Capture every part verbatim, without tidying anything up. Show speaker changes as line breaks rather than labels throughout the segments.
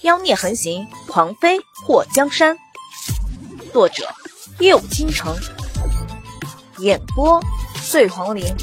妖孽横行，狂妃祸江山。作者：夜舞倾城，演播：醉黄林。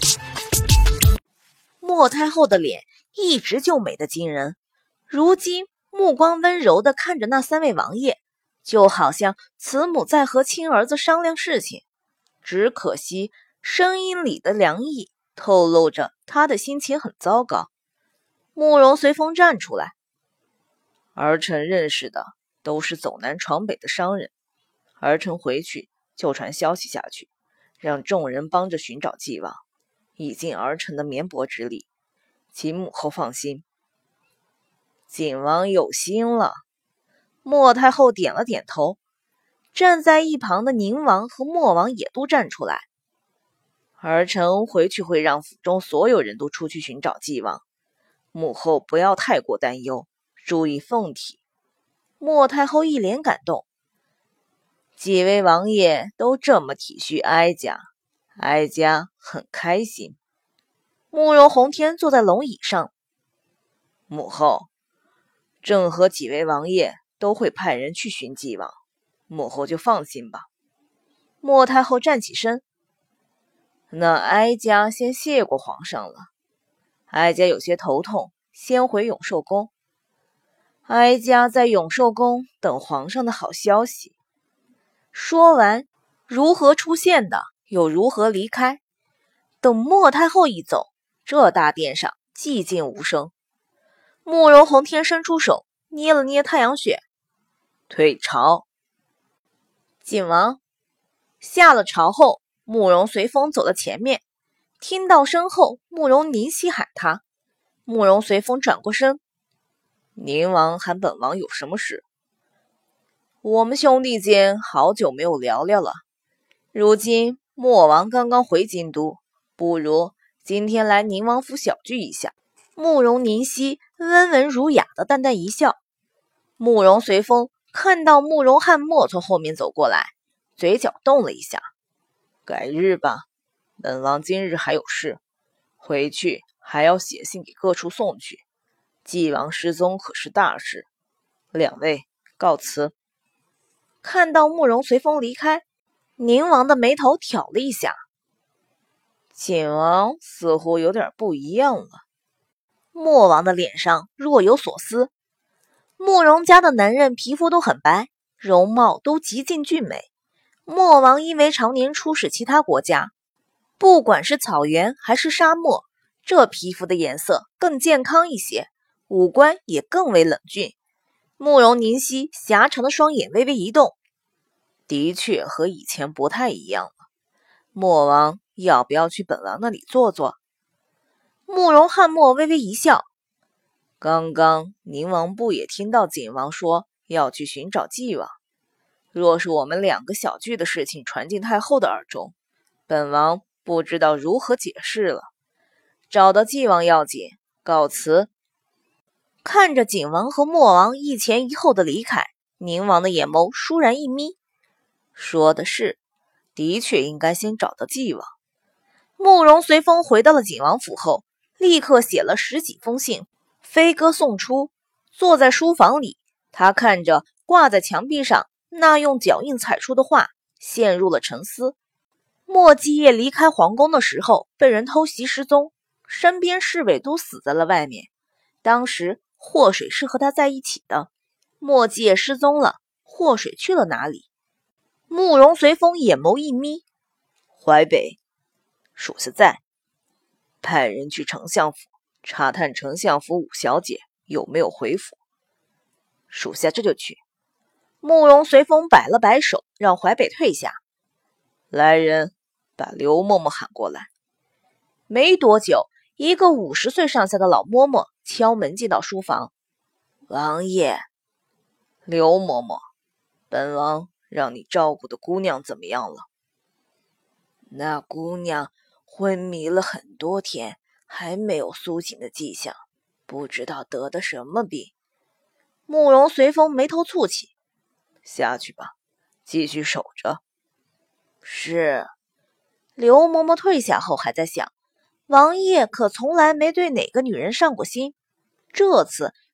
莫太后的脸一直就美得惊人，如今目光温柔地看着那三位王爷，就好像慈母在和亲儿子商量事情。只可惜声音里的凉意透露着他的心情很糟糕。慕容随风站出来，儿臣认识的都是走南闯北的商人，儿臣回去就传消息下去，让众人帮着寻找纪王，以尽儿臣的绵薄之力，请母后放心。景王有心了。莫太后点了点头，站在一旁的宁王和莫王也都站出来。儿臣回去会让府中所有人都出去寻找纪王，母后不要太过担忧，注意凤体。莫太后一脸感动，几位王爷都这么体恤哀家，哀家很开心。慕容宏天坐在龙椅上，母后，朕和几位王爷都会派人去寻纪王，母后就放心吧。莫太后站起身，那哀家先谢过皇上了，哀家有些头痛，先回永寿宫。哀家在永寿宫等皇上的好消息。说完，如何出现的，又如何离开。等莫太后一走，这大殿上寂静无声。慕容宏天伸出手，捏了捏太阳穴，退朝。景王下了朝后，慕容随风走到前面，听到身后慕容宁熙喊他。慕容随风转过身，宁王喊本王有什么事？我们兄弟间好久没有聊聊了，如今莫王刚刚回京都，不如今天来宁王府小聚一下。慕容宁熙温文儒雅的淡淡一笑。慕容随风看到慕容翰墨从后面走过来，嘴角动了一下。改日吧，本王今日还有事，回去还要写信给各处送去。纪王失踪可是大事，两位告辞。看到慕容随风离开，宁王的眉头挑了一下。景王似乎有点不一样了。莫王的脸上若有所思。慕容家的男人皮肤都很白，容貌都极尽俊美。莫王因为常年出使其他国家，不管是草原还是沙漠，这皮肤的颜色更健康一些，五官也更为冷峻。慕容宁熙狭长的双眼微微一动，的确和以前不太一样了。莫王要不要去本王那里坐坐？慕容翰墨微微一笑，刚刚宁王不也听到景王说要去寻找纪王？若是我们两个小聚的事情传进太后的耳中，本王不知道如何解释了。找到纪王要紧，告辞。看着景王和莫王一前一后的离开，宁王的眼眸倏然一眯。说的是，的确应该先找到纪王。慕容随风回到了景王府后，立刻写了十几封信，飞鸽送出。坐在书房里，他看着挂在墙壁上那用脚印踩出的画，陷入了沉思。莫继业离开皇宫的时候被人偷袭失踪，身边侍卫都死在了外面。当时祸水是和他在一起的，莫继业失踪了，祸水去了哪里？慕容随风眼眸一眯，淮北，属下在。派人去丞相府查探丞相府五小姐有没有回府。属下这就去。慕容随风摆了摆手，让淮北退下。来人，把刘嬷嬷喊过来。没多久，一个五十岁上下的老嬷嬷敲门进到书房。王爷。刘嬷嬷，本王让你照顾的姑娘怎么样了？那姑娘昏迷了很多天，还没有苏醒的迹象，不知道得的什么病。慕容随风眉头蹙起，下去吧，继续守着。是。刘嬷嬷退下后还在想，王爷可从来没对哪个女人上过心，这次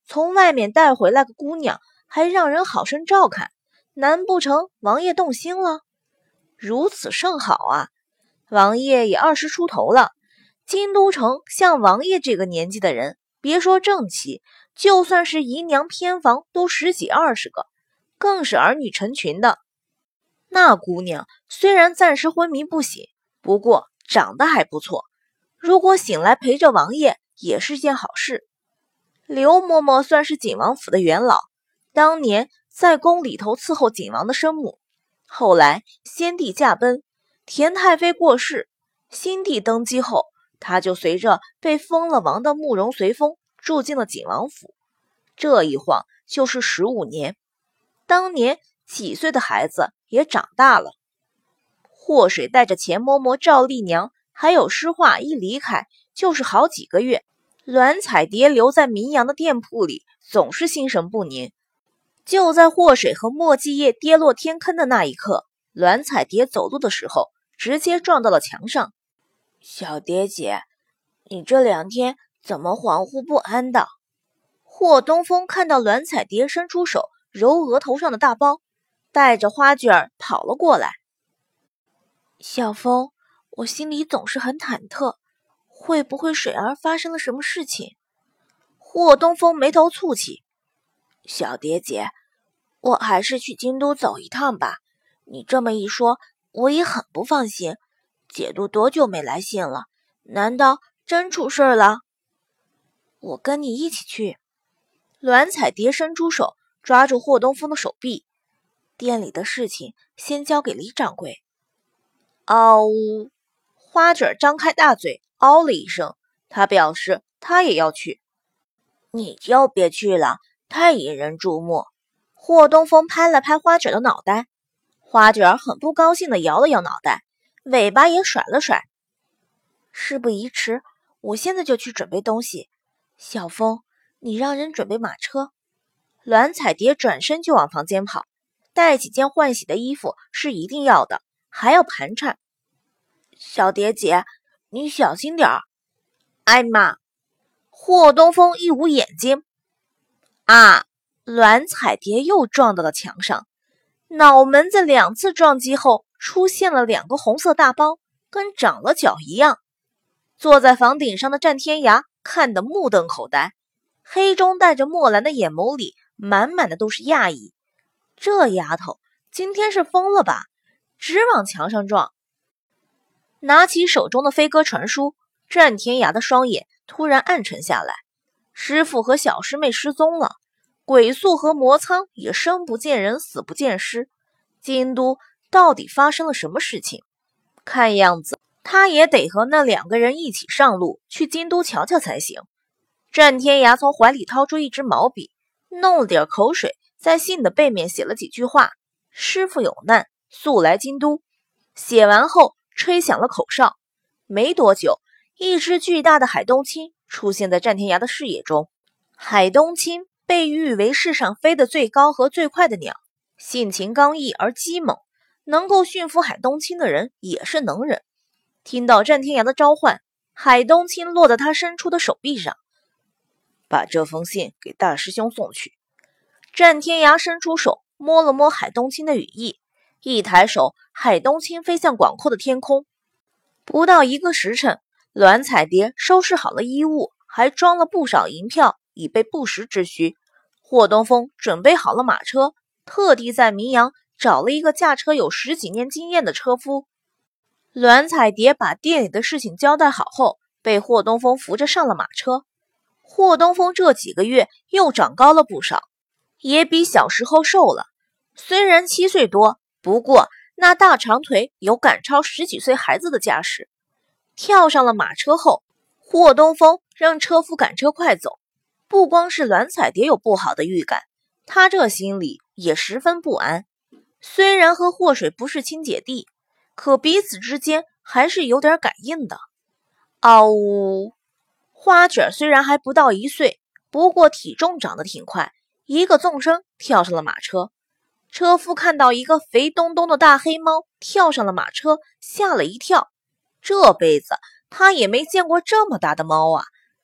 从外面带回来个姑娘，还让人好生照看，难不成王爷动心了？如此甚好啊！王爷也二十出头了，京都城像王爷这个年纪的人，别说正妻，就算是姨娘偏房都十几二十个，更是儿女成群的。那姑娘虽然暂时昏迷不醒，不过长得还不错，如果醒来陪着王爷也是件好事。刘嬷嬷算是景王府的元老，当年在宫里头伺候景王的生母，后来先帝驾崩，田太妃过世，新帝登基后，她就随着被封了王的慕容随风住进了景王府，这一晃就是十五年。当年几岁的孩子也长大了。祸水带着钱嬷嬷、赵丽娘还有诗画一离开就是好几个月，栾彩蝶留在明阳的店铺里总是心神不宁。就在祸水和墨迹叶跌落天坑的那一刻，栾彩蝶走路的时候直接撞到了墙上。小蝶姐，你这两天怎么恍惚不安的？霍东风看到栾彩蝶伸出手揉额头上的大包，带着花卷跑了过来。小风，我心里总是很忐忑，会不会水儿发生了什么事情？霍东风眉头蹙起。小蝶姐，我还是去京都走一趟吧。你这么一说，我也很不放心。姐都多久没来信了？难道真出事了？我跟你一起去。栾彩蝶伸出手抓住霍东风的手臂。店里的事情先交给李掌柜。嗷呜！花卷张开大嘴，嗷了一声，他表示他也要去。你就别去了，太引人注目。霍东风拍了拍花卷的脑袋，花卷很不高兴地摇了摇脑袋，尾巴也甩了甩。事不宜迟，我现在就去准备东西。小风，你让人准备马车。栾彩蝶转身就往房间跑，带几件换洗的衣服是一定要的，还要盘缠。小蝶姐，你小心点儿。哎妈！霍东风一捂眼睛。啊！栾彩蝶又撞到了墙上，脑门子两次撞击后出现了两个红色大包，跟长了脚一样。坐在房顶上的战天涯看得目瞪口呆，黑中带着墨蓝的眼眸里满满的都是讶异。这丫头今天是疯了吧？直往墙上撞。拿起手中的飞鸽传书，战天涯的双眼突然暗沉下来。师父和小师妹失踪了，鬼宿和魔苍也生不见人死不见尸，京都到底发生了什么事情？看样子他也得和那两个人一起上路去京都瞧瞧才行。战天涯从怀里掏出一支毛笔，弄了点口水，在信的背面写了几句话：师父有难，速来京都。写完后吹响了口哨，没多久，一只巨大的海东青出现在战天涯的视野中。海东青被誉为世上飞得最高和最快的鸟，性情刚毅而机猛，能够驯服海东青的人也是能人。听到战天涯的召唤，海东青落在他伸出的手臂上。把这封信给大师兄送去。战天涯伸出手摸了摸海东青的羽翼，一抬手，海东青飞向广阔的天空。不到一个时辰，栾彩蝶收拾好了衣物，还装了不少银票，以备不时之需。霍东风准备好了马车，特地在明阳找了一个驾车有十几年经验的车夫。栾彩蝶把店里的事情交代好后，被霍东风扶着上了马车。霍东风这几个月又长高了不少，也比小时候瘦了。虽然七岁多，不过那大长腿有赶超十几岁孩子的架势。跳上了马车后，霍东风让车夫赶车快走。不光是栾彩蝶有不好的预感，他这心里也十分不安。虽然和祸水不是亲姐弟，可彼此之间还是有点感应的。嗷呜！花卷虽然还不到一岁，不过体重长得挺快，一个纵身跳上了马车。车夫看到一个肥咚咚的大黑猫跳上了马车，吓了一跳。这辈子他也没见过这么大的猫啊！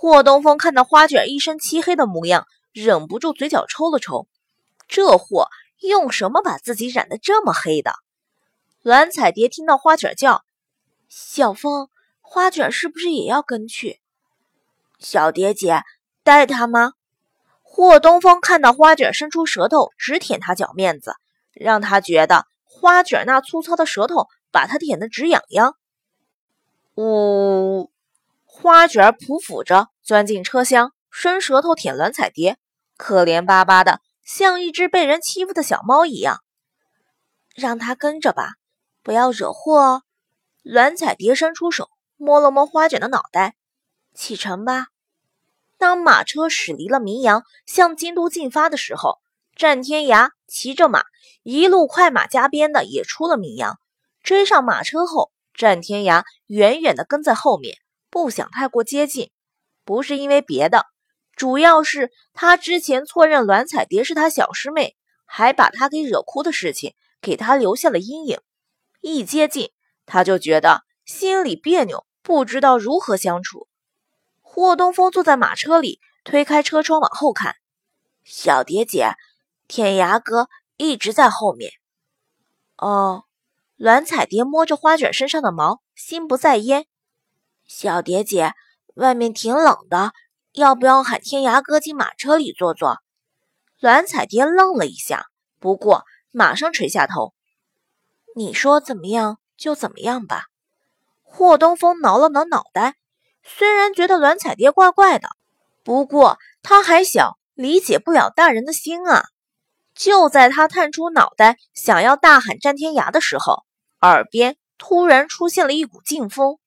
霍东风看到花卷一身漆黑的模样，忍不住嘴角抽了抽。这货用什么把自己染得这么黑的？栾彩蝶听到花卷叫：“小风，花卷是不是也要跟去？”小蝶姐，带他吗？霍东风看到花卷伸出舌头直舔他脚面子，让他觉得花卷那粗糙的舌头把他舔得直痒痒。呜、呃，花卷匍匐着钻进车厢，伸舌头舔栾彩蝶，可怜巴巴的，像一只被人欺负的小猫一样。让他跟着吧，不要惹祸哦。栾彩蝶伸出手摸了摸花卷的脑袋，启程吧。当马车驶离了名扬，向京都进发的时候，战天涯骑着马一路快马加鞭的也出了名扬。追上马车后，战天涯远远的跟在后面，不想太过接近。不是因为别的，主要是他之前错认栾彩蝶是他小师妹，还把他给惹哭的事情给他留下了阴影。一接近，他就觉得心里别扭，不知道如何相处。霍东风坐在马车里，推开车窗往后看。小蝶姐，天涯哥一直在后面。哦，栾彩蝶摸着花卷身上的毛，心不在焉。小蝶姐，外面挺冷的，要不要喊天涯哥进马车里坐坐？栾彩蝶愣了一下，不过马上垂下头。你说怎么样就怎么样吧。霍东风挠了挠脑袋，虽然觉得栾彩蝶怪怪的，不过他还小，理解不了大人的心啊。就在他探出脑袋想要大喊战天涯的时候，耳边突然出现了一股劲风。